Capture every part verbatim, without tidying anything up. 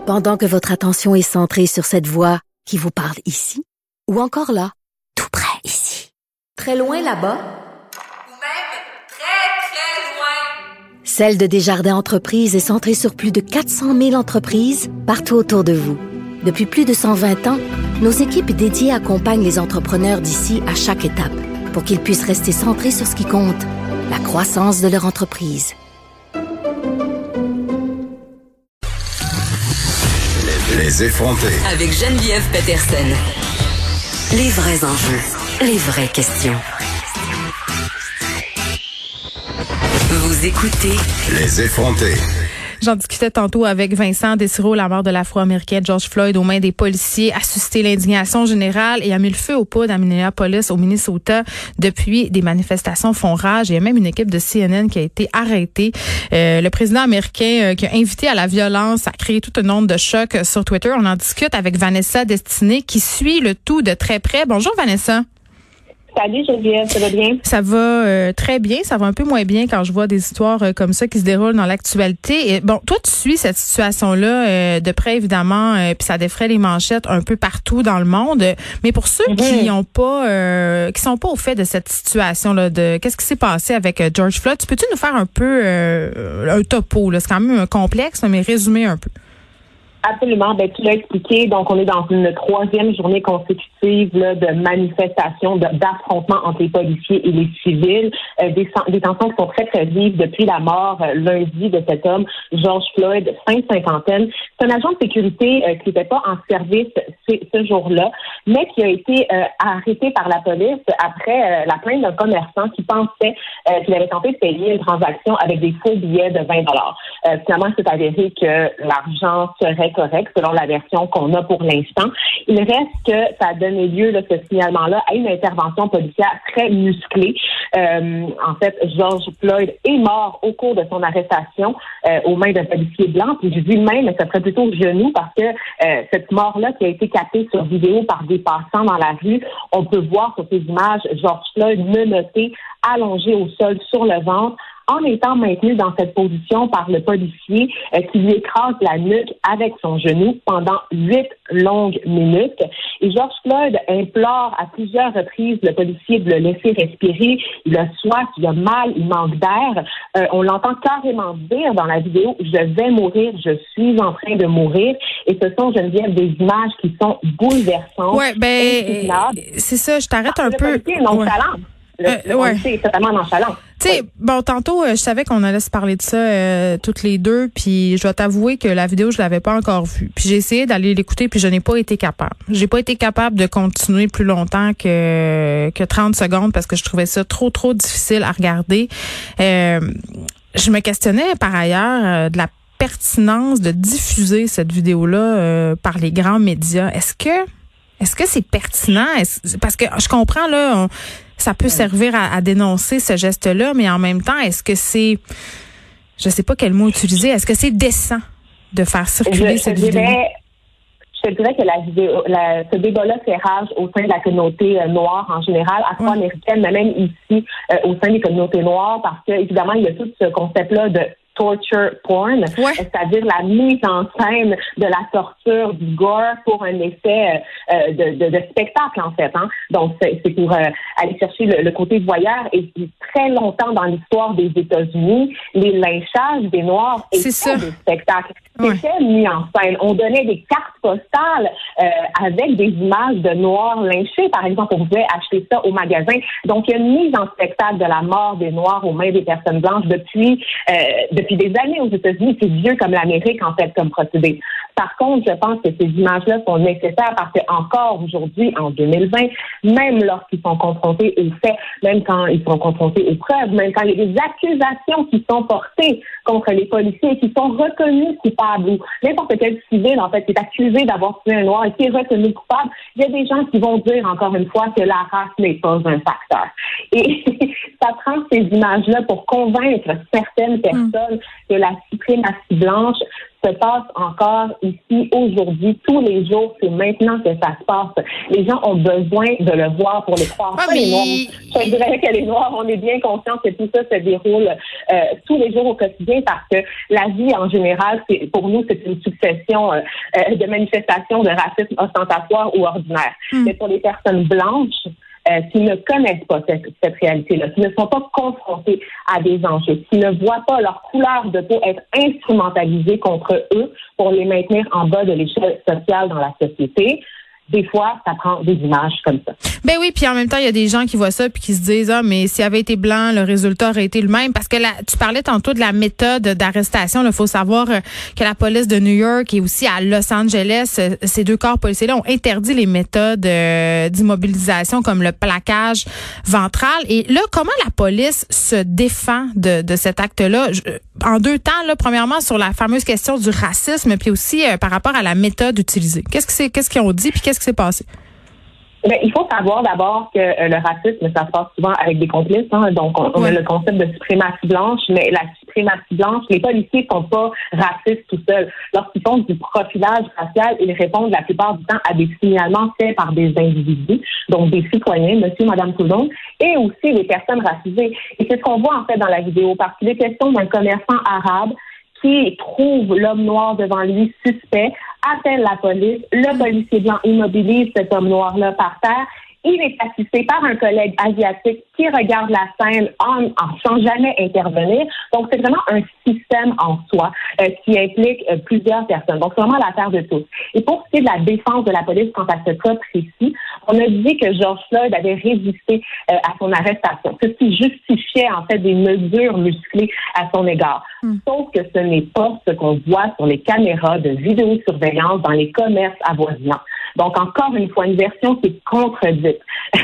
Pendant que votre attention est centrée sur cette voix qui vous parle ici, ou encore là, tout près ici, très loin là-bas, ou même très, très loin, Celle de Desjardins Entreprises est centrée sur plus de quatre cent mille entreprises partout autour de vous. Depuis plus de cent vingt ans, nos équipes dédiées accompagnent les entrepreneurs d'ici à chaque étape pour qu'ils puissent rester centrés sur ce qui compte, la croissance de leur entreprise. Les effrontés. Avec Geneviève Peterson. Les vrais enjeux, les vraies questions. Vous écoutez Les effrontés. J'en discutais tantôt avec Vincent Dessureau, la mort de l'Afro-Américain George Floyd aux mains des policiers a suscité l'indignation générale et a mis le feu aux poudres à Minneapolis, au Minnesota. Depuis, des manifestations font rage. Il y a même une équipe de C N N qui a été arrêtée. Euh, le président américain euh, qui a invité à la violence a créé toute une onde de choc sur Twitter. On en discute avec Vanessa Destinée qui suit le tout de très près. Bonjour Vanessa. Salut Geneviève, ça va bien? Ça va euh, très bien, ça va un peu moins bien quand je vois des histoires euh, comme ça qui se déroulent dans l'actualité. Et bon, toi tu suis cette situation-là euh, de près évidemment, euh, puis ça défraie les manchettes un peu partout dans le monde. Mais pour ceux mm-hmm. qui ont pas, euh, qui sont pas au fait de cette situation-là, de qu'est-ce qui s'est passé avec euh, George Floyd, tu peux-tu nous faire un peu euh, un topo là? C'est quand même complexe, mais résumer un peu. Absolument. Ben, tu l'as expliqué. Donc, on est dans une troisième journée consécutive là, de manifestations, de, d'affrontements entre les policiers et les civils. Euh, des, des tensions qui sont très, très vives depuis la mort euh, lundi de cet homme, George Floyd, fin cinquantaine. C'est un agent de sécurité euh, qui n'était pas en service ce, ce jour-là, mais qui a été euh, arrêté par la police après euh, la plainte d'un commerçant qui pensait euh, qu'il avait tenté de payer une transaction avec des faux billets de vingt dollars. Euh, finalement, c'est avéré que l'argent serait correct selon la version qu'on a pour l'instant. Il reste que ça a donné lieu, là, ce signalement-là, à une intervention policière très musclée. Euh, en fait, George Floyd est mort au cours de son arrestation euh, aux mains d'un policier blanc. Puis je dis main, mais ça serait plutôt genou parce que euh, cette mort-là qui a été captée sur vidéo par des passants dans la rue, on peut voir sur ces images George Floyd menotté, allongé au sol sur le ventre, en étant maintenu dans cette position par le policier euh, qui lui écrase la nuque avec son genou pendant huit longues minutes. Et George Floyd implore à plusieurs reprises le policier de le laisser respirer. Il a soif, il a mal, il manque d'air. Euh, on l'entend carrément dire dans la vidéo « Je vais mourir, je suis en train de mourir ». Et ce sont, Geneviève, des images qui sont bouleversantes. Oui, ben c'est ça, je t'arrête un le peu. Le policier est nonchalant. Le, euh, le ouais. policier est totalement nonchalant. Tu sais, bon, tantôt, euh, je savais qu'on allait se parler de ça euh, toutes les deux, puis je dois t'avouer que la vidéo, je l'avais pas encore vue. Puis j'ai essayé d'aller l'écouter, puis je n'ai pas été capable. J'ai pas été capable de continuer plus longtemps que que trente secondes parce que je trouvais ça trop, trop difficile à regarder. Euh, je me questionnais par ailleurs euh, de la pertinence de diffuser cette vidéo-là euh, par les grands médias. Est-ce que est-ce que c'est pertinent? Est-ce, parce que je comprends, là, on, ça peut servir à, à dénoncer ce geste-là, mais en même temps, est-ce que c'est, je sais pas quel mot utiliser, est-ce que c'est décent de faire circuler je, cette je vidéo? Dirais, je dirais que la vidéo, la, ce débat-là fait rage au sein de la communauté euh, noire en général, afro-américaine, mais même ici, euh, au sein des communautés noires, parce que, évidemment, il y a tout ce concept-là de torture porn, ouais. c'est-à-dire la mise en scène de la torture, du gore pour un effet euh, de, de, de spectacle, en fait. Hein. Donc, c'est, c'est pour euh, aller chercher le, le côté voyeur. Et très longtemps dans l'histoire des États-Unis, les lynchages des Noirs étaient des spectacles. Ouais. C'était mis en scène. On donnait des cartes postales euh, avec des images de Noirs lynchés. Par exemple, on pouvait acheter ça au magasin. Donc, il y a une mise en spectacle de la mort des Noirs aux mains des personnes blanches depuis euh, depuis des années aux États-Unis. C'est vieux comme l'Amérique, en fait, comme procédé. Par contre, je pense que ces images-là sont nécessaires parce qu'encore aujourd'hui, en deux mille vingt, même lorsqu'ils sont confrontés aux faits, même quand ils sont confrontés aux preuves, même quand il y a des accusations qui sont portées contre les policiers et qui sont reconnus coupables, ou n'importe quel civil, en fait, qui est accusé d'avoir tué un Noir et qui est reconnu coupable, il y a des gens qui vont dire, encore une fois, que la race n'est pas un facteur. Et ça prend ces images-là pour convaincre certaines personnes mm. que la suprématie blanche, se passe encore ici, aujourd'hui, tous les jours. C'est maintenant que ça se passe. Les gens ont besoin de le voir pour le croire. Ah, Pas mais... les Noirs. Je dirais que les Noirs, on est bien conscients que tout ça se déroule euh, tous les jours au quotidien parce que la vie, en général, c'est pour nous, c'est une succession euh, de manifestations de racisme ostentatoire ou ordinaire. Mm. Mais pour les personnes blanches, Euh, qui ne connaissent pas cette, cette réalité-là, qui ne sont pas confrontés à des enjeux, qui ne voient pas leur couleur de peau être instrumentalisée contre eux pour les maintenir en bas de l'échelle sociale dans la société. Des fois, ça prend des images comme ça. Ben oui, puis en même temps, il y a des gens qui voient ça puis qui se disent ah mais s'il avait été blanc, le résultat aurait été le même parce que là, tu parlais tantôt de la méthode d'arrestation. Il faut savoir euh, que la police de New York et aussi à Los Angeles, euh, ces deux corps policiers-là ont interdit les méthodes euh, d'immobilisation comme le plaquage ventral. Et là, comment la police se défend de, de cet acte-là? Je, en deux temps, là, premièrement sur la fameuse question du racisme, puis aussi euh, par rapport à la méthode utilisée. Qu'est-ce que c'est, qu'est-ce qu'ils ont dit puis qu'est-ce qui s'est passé? Bien, il faut savoir d'abord que euh, le racisme, ça se passe souvent avec des complices. Hein, donc, on, on ouais. a le concept de suprématie blanche, mais la suprématie blanche, les policiers ne sont pas racistes tout seuls. Lorsqu'ils font du profilage racial, ils répondent la plupart du temps à des signalements faits par des individus, donc des citoyens, monsieur, madame, tout le monde, et aussi des personnes racisées. Et c'est ce qu'on voit en fait dans la vidéo, parce qu'il est question d'un commerçant arabe qui trouve l'homme noir devant lui suspect, appelle la police, le policier blanc immobilise cet homme noir-là par terre. Il est assisté par un collègue asiatique qui regarde la scène en, en sans jamais intervenir. Donc, c'est vraiment un système en soi euh, qui implique euh, plusieurs personnes. Donc, c'est vraiment l'affaire de tous. Et pour ce qui est de la défense de la police quant à ce cas précis, on a dit que George Floyd avait résisté euh, à son arrestation, ce qui justifiait en fait des mesures musclées à son égard. Mm. Sauf que ce n'est pas ce qu'on voit sur les caméras de vidéosurveillance dans les commerces avoisinants. Donc, encore une fois, une version qui est contredite.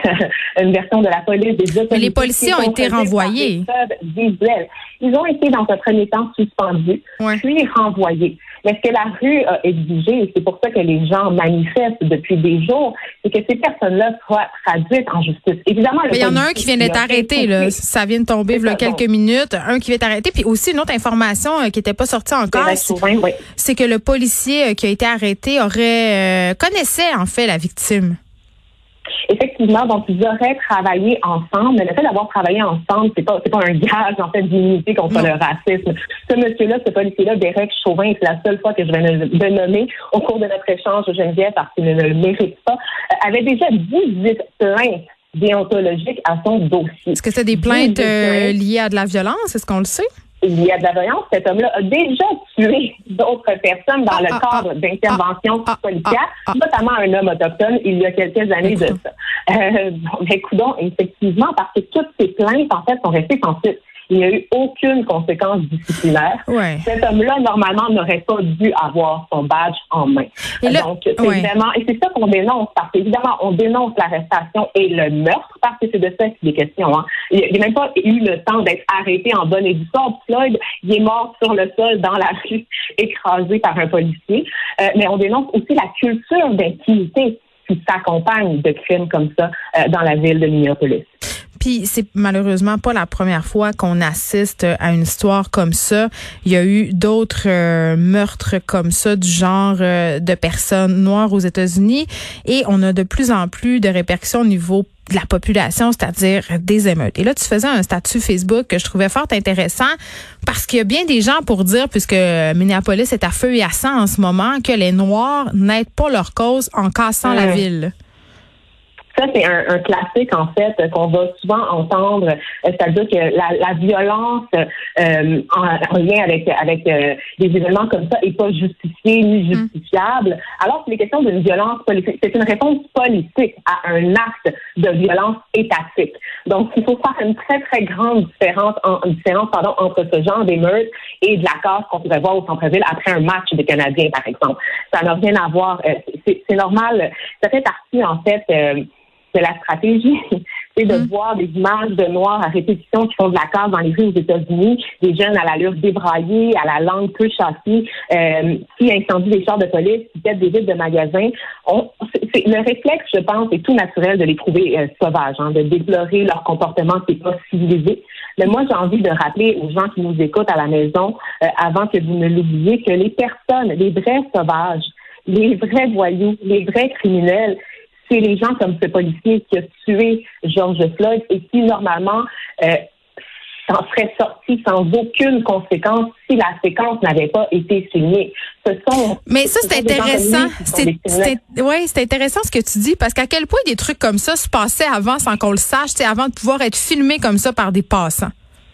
Une version de la police, des autorités. Mais les policiers ont été renvoyés. Visuels. Ils ont été, dans un premier temps, suspendus, ouais. puis renvoyés. Mais ce que la rue a exigé, et c'est pour ça que les gens manifestent depuis des jours, c'est que ces personnes-là soient traduites en justice. Évidemment, il y en a un qui vient d'être arrêté, là. Ça vient de tomber il y a quelques minutes. Un qui vient d'être arrêté. Puis aussi, une autre information euh, qui n'était pas sortie encore, c'est, oui. c'est que le policier euh, qui a été arrêté aurait euh, connaissait, en fait, la victime. Effectivement, donc ils auraient travaillé ensemble, mais le fait d'avoir travaillé ensemble, c'est pas c'est pas un gage en fait d'immunité contre non. le racisme. Ce monsieur-là, ce policier-là, Derek Chauvin, c'est la seule fois que je vais le, le nommer au cours de notre échange, Geneviève, parce qu'il ne le mérite pas, euh, avait déjà dix-huit plaintes déontologiques à son dossier. Est-ce que c'est des plaintes euh, liées à de la violence? Est-ce qu'on le sait? Il y a de la violence. Cet homme-là a déjà tué d'autres personnes dans ah, le cadre ah, d'interventions ah, policières, ah, ah, notamment un homme autochtone il y a quelques années de ça. Euh, bon, mais coudonc, effectivement, parce que toutes ces plaintes, en fait, sont restées sans suite. Il n'y a eu aucune conséquence disciplinaire. Ouais. Cet homme-là, normalement, n'aurait pas dû avoir son badge en main. Et là, donc, c'est ouais. vraiment, et c'est ça qu'on dénonce, parce qu'évidemment, on dénonce l'arrestation et le meurtre, parce que c'est de ça qu'il est question. Hein. Il n'a même pas eu le temps d'être arrêté en bonne et due forme. Floyd, il est mort sur le sol, dans la rue, écrasé par un policier. Euh, mais on dénonce aussi la culture d'impunité qui s'accompagne de crimes comme ça euh, dans la ville de Minneapolis. Puis c'est malheureusement pas la première fois qu'on assiste à une histoire comme ça. Il y a eu d'autres euh, meurtres comme ça du genre euh, de personnes noires aux États-Unis et on a de plus en plus de répercussions au niveau de la population, c'est-à-dire des émeutes. Et là, tu faisais un statut Facebook que je trouvais fort intéressant parce qu'il y a bien des gens pour dire, puisque Minneapolis est à feu et à sang en ce moment, que les Noirs n'aident pas leur cause en cassant mmh. la ville. Ça, c'est un, un classique, en fait, qu'on va souvent entendre, c'est-à-dire que la, la violence euh, en, en lien avec avec euh, des événements comme ça n'est pas justifiée ni justifiable. Mmh. Alors, c'est les questions d'une violence politique. C'est une réponse politique à un acte de violence étatique. Donc, il faut faire une très, très grande différence, en, différence pardon, entre ce genre d'émeute et de la casse qu'on pourrait voir au centre-ville après un match des Canadiens, par exemple. Ça n'a rien à voir. C'est, c'est normal. Ça fait partie, en fait... Euh, de la stratégie, c'est de mmh. voir des images de Noirs à répétition qui font de la casse dans les rues aux États-Unis, des jeunes à l'allure débraillée, à la langue peu châssée, euh, qui incendient des chars de police, qui jettent des vitres de magasins. On, c'est, c'est, le réflexe, je pense, est tout naturel de les trouver euh, sauvages, hein, de déplorer leur comportement qui n'est pas civilisé. Mais moi, j'ai envie de rappeler aux gens qui nous écoutent à la maison, euh, avant que vous ne l'oubliez, que les personnes, les vrais sauvages, les vrais voyous, les vrais criminels, c'est les gens comme ce policier qui a tué George Floyd et qui, normalement, euh, s'en serait sorti sans aucune conséquence si la séquence n'avait pas été signée. Ce sont, Mais ça, c'est intéressant. C'est, c'est, ouais, c'est intéressant ce que tu dis, parce qu'à quel point des trucs comme ça se passaient avant sans qu'on le sache, c'est avant de pouvoir être filmé comme ça par des passants.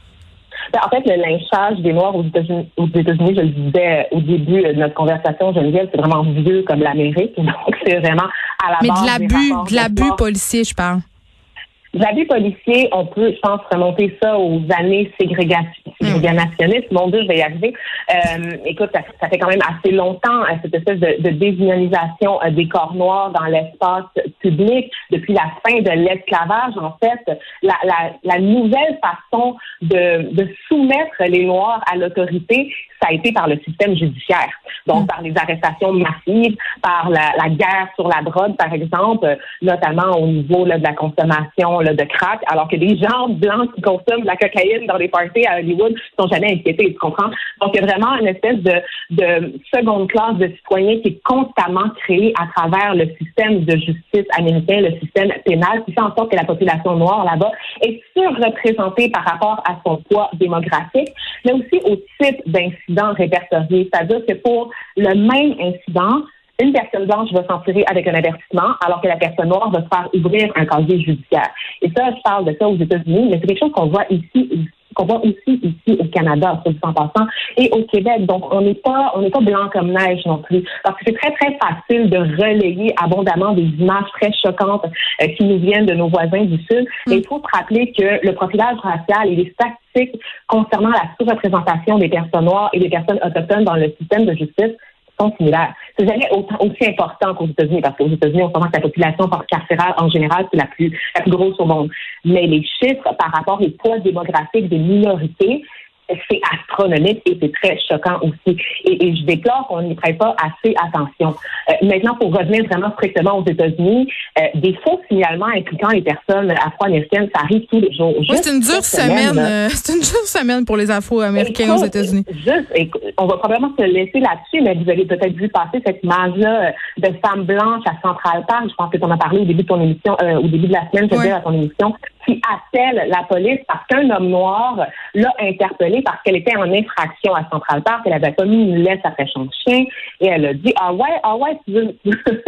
En fait, le lynchage des Noirs aux États-Unis, aux États-Unis, je le disais au début de notre conversation, Geneviève, c'est vraiment vieux comme l'Amérique. Donc, c'est vraiment à la Mais base de l'abus, des de l'abus policier, je parle. L'abus policier, on peut, je pense, remonter ça aux années ségrégationnistes. Mon Dieu, je vais y arriver. Euh, écoute, ça, ça fait quand même assez longtemps, euh, cette espèce de, de déshumanisation euh, des corps noirs dans l'espace public. Depuis la fin de l'esclavage, en fait, la, la, la nouvelle façon de, de soumettre les Noirs à l'autorité, ça a été par le système judiciaire. Donc, par les arrestations massives, par la, la guerre sur la drogue, par exemple, notamment au niveau là, de la consommation là, de crack, alors que des gens blancs qui consomment de la cocaïne dans les parties à Hollywood ne sont jamais inquiétés, tu comprends? Donc, il y a vraiment une espèce de, de seconde classe de citoyens qui est constamment créée à travers le système de justice américain, le système pénal, qui fait en sorte que la population noire là-bas est surreprésentée par rapport à son poids démographique, mais aussi au type d'incidents répertoriés. C'est-à-dire que pour le même incident, une personne blanche va s'en tirer avec un avertissement, alors que la personne noire va se faire ouvrir un casier judiciaire. Et ça, je parle de ça aux États-Unis, mais c'est quelque chose qu'on voit ici, qu'on voit aussi ici au Canada, soit dit en passant, et au Québec. Donc, on n'est pas, on n'est pas blanc comme neige non plus, parce que c'est très, très facile de relayer abondamment des images très choquantes euh, qui nous viennent de nos voisins du Sud. Mm. Et il faut se rappeler que le profilage racial et les statistiques concernant la sous-représentation des personnes noires et des personnes autochtones dans le système de justice sont similaires. C'est jamais autant, aussi important qu'aux États-Unis, parce qu'aux États-Unis, on sent que la population carcérale, en général, c'est la plus, la plus grosse au monde. Mais les chiffres par rapport au poids démographique des minorités, c'est astronomique et c'est très choquant aussi. Et, et je déplore qu'on n'y prête pas assez attention. Euh, maintenant, pour revenir vraiment strictement aux États-Unis, euh, des faux signalements impliquant les personnes afro-américaines, ça arrive tous les jours. Oui, c'est une dure semaine. semaine euh, c'est une dure semaine pour les Afro-Américains écoute, aux États-Unis. Juste, écoute, on va probablement se laisser là-dessus, mais vous avez peut-être vu passer cette image-là de femme blanche à Central Park. Je pense que tu en as parlé au début de ton émission, euh, au début de la semaine, je veux ouais. dire, à ton émission, qui appelle la police parce qu'un homme noir l'a interpellée parce qu'elle était en infraction à Central Park. Elle avait commis une lettre après son chien et elle a dit « Ah ouais, ah ouais, tu, veux,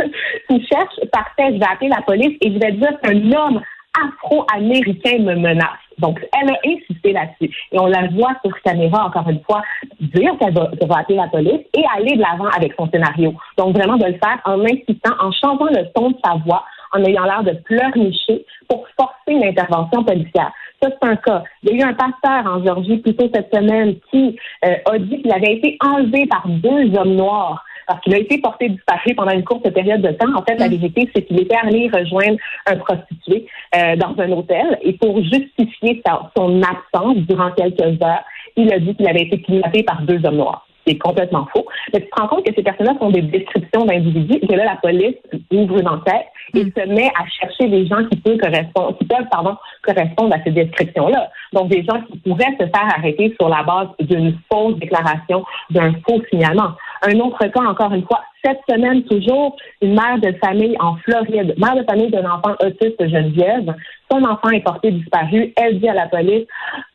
tu cherches, parfait, je vais appeler la police et je vais dire qu'un homme afro-américain me menace. » Donc, elle a insisté là-dessus. Et on la voit sur caméra, encore une fois, dire qu'elle va, qu'elle va appeler la police et aller de l'avant avec son scénario. Donc, vraiment de le faire en insistant, en changeant le ton de sa voix, en ayant l'air de pleurnicher pour forcer une intervention policière. Ça, c'est un cas. Il y a eu un pasteur en Géorgie plus tôt cette semaine qui euh, a dit qu'il avait été enlevé par deux hommes noirs parce qu'il a été porté disparu pendant une courte période de temps. En fait, la vérité, c'est qu'il était allé rejoindre un prostitué euh, dans un hôtel et pour justifier sa, son absence durant quelques heures, il a dit qu'il avait été kidnappé par deux hommes noirs. C'est complètement faux. Mais tu te rends compte que ces personnes-là font des descriptions d'individus et que là, la police ouvre une enquête et mm. se met à chercher des gens qui peuvent correspondre, qui peuvent, pardon, correspondre à ces descriptions-là. Donc, des gens qui pourraient se faire arrêter sur la base d'une fausse déclaration, d'un faux signalement. Un autre cas, encore une fois, cette semaine toujours, une mère de famille en Floride, mère de famille d'un enfant autiste Geneviève, son enfant est porté disparu. Elle dit à la police,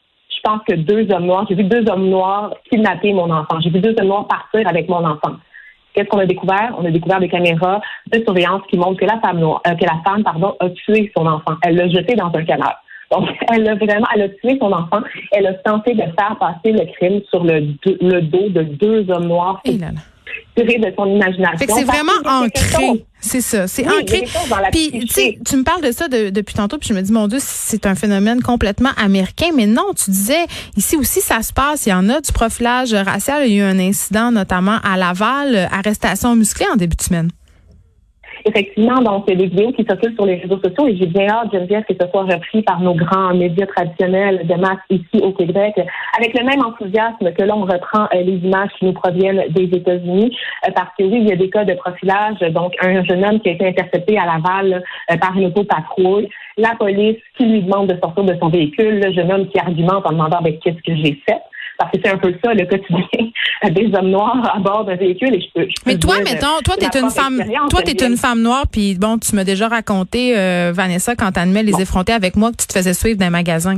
je pense que deux hommes noirs, j'ai vu deux hommes noirs kidnapper mon enfant. J'ai vu deux hommes noirs partir avec mon enfant. Qu'est-ce qu'on a découvert? On a découvert des caméras de surveillance qui montrent que la femme noire, euh, que la femme, pardon, a tué son enfant. Elle l'a jeté dans un canal. Donc, elle a vraiment, elle a tué son enfant. Elle a tenté de faire passer le crime sur le, le dos de deux hommes noirs. Et là là. Tiré de son imagination. Fait que c'est vraiment ancré. C'est ça, c'est oui, ancré. Puis tu sais, tu me parles de ça de, depuis tantôt, puis je me dis mon Dieu, c'est un phénomène complètement américain, mais non, tu disais ici aussi ça se passe, il y en a du profilage racial, il y a eu un incident notamment à Laval, arrestation musclée en début de semaine. effectivement, donc, il y a des vidéos qui circulent sur les réseaux sociaux et j'ai bien hâte, Geneviève, que ce soit repris par nos grands médias traditionnels de masse ici au Québec, avec le même enthousiasme que l'on reprend euh, les images qui nous proviennent des États-Unis, euh, parce que oui, il y a des cas de profilage, donc un jeune homme qui a été intercepté à Laval euh, par une auto-patrouille, la police qui lui demande de sortir de son véhicule, le jeune homme qui argumente en demandant ben, qu'est-ce que j'ai fait. Parce que c'est un peu ça, le quotidien des hommes noirs à bord d'un véhicule. Et je peux, je peux mais toi, dire, mettons, toi, t'es une femme, toi, t'es une femme noire, puis bon, tu m'as déjà raconté, euh, Vanessa, quand t'animais les bon. effrontés avec moi, que tu te faisais suivre dans un magasin.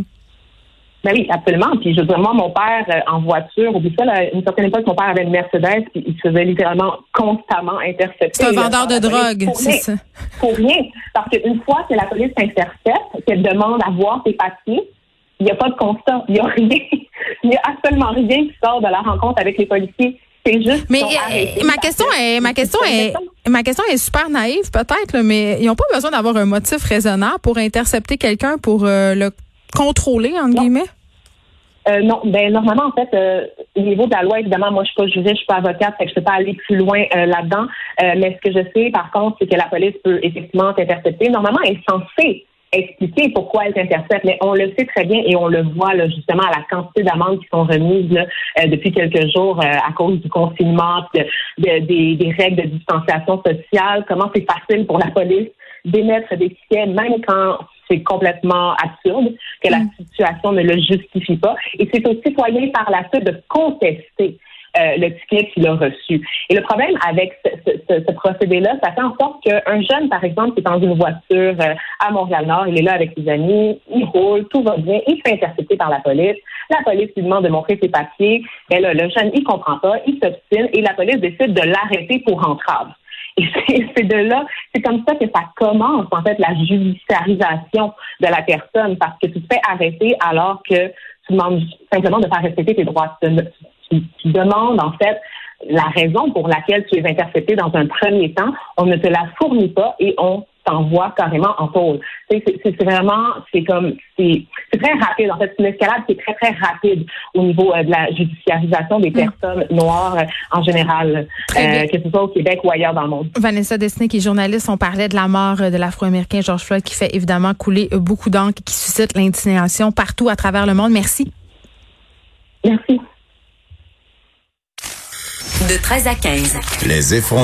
Ben oui, absolument. Puis je veux dire, moi, mon père, euh, en voiture, oublie ça, là, à une certaine époque, mon père avait une Mercedes, puis il se faisait littéralement constamment intercepter. C'est un vendeur de drogue, c'est ça. Pour rien. Parce qu'une fois que la police t'intercepte, qu'elle demande à voir tes papiers, il n'y a pas de constat, il n'y a rien. Il n'y a absolument rien qui sort de la rencontre avec les policiers. C'est juste. Mais euh, ma question est, ma question est, ma question est super naïve peut-être, là, mais ils n'ont pas besoin d'avoir un motif raisonnable pour intercepter quelqu'un pour euh, le contrôler entre non. guillemets. Euh, non, ben normalement en fait, euh, au niveau de la loi, évidemment, moi je suis pas juriste, je suis pas avocate, fait que je peux pas aller plus loin euh, là-dedans. Euh, mais ce que je sais, par contre, c'est que la police peut effectivement t'intercepter. Normalement, elle est censée expliquer pourquoi elle t'intercepte, mais on le sait très bien et on le voit là, justement à la quantité d'amendes qui sont remises là, euh, depuis quelques jours euh, à cause du confinement, de, de, des, des règles de distanciation sociale, comment c'est facile pour la police d'émettre des tickets, même quand c'est complètement absurde, que la situation ne le justifie pas. Et c'est aux citoyens par la suite de contester Euh, le ticket qu'il a reçu. Et le problème avec ce, ce, ce procédé-là, ça fait en sorte qu'un jeune, par exemple, qui est dans une voiture euh, à Montréal-Nord, il est là avec ses amis, il roule, tout va bien, il se fait intercepter par la police. La police lui demande de montrer ses papiers. Et là, le jeune, il comprend pas, il s'obstine et la police décide de l'arrêter pour entrave. Et c'est, c'est de là, c'est comme ça que ça commence, en fait, la judiciarisation de la personne, parce que tu te fais arrêter alors que tu demandes simplement de faire respecter tes droits. Tu, tu demandes, en fait, la raison pour laquelle tu es intercepté dans un premier temps, on ne te la fournit pas et on t'envoie carrément en pause. C'est, c'est, c'est vraiment, c'est comme, c'est, c'est très rapide. En fait, c'est une escalade qui est très, très rapide au niveau euh, de la judiciarisation des personnes mmh. noires euh, en général, euh, que ce soit au Québec ou ailleurs dans le monde. Vanessa Destinée, qui est journaliste, on parlait de la mort de l'Afro-Américain George Floyd, qui fait évidemment couler beaucoup d'encre, qui suscite l'indignation partout à travers le monde. Merci. Merci. De treize à quinze. Les effrontés.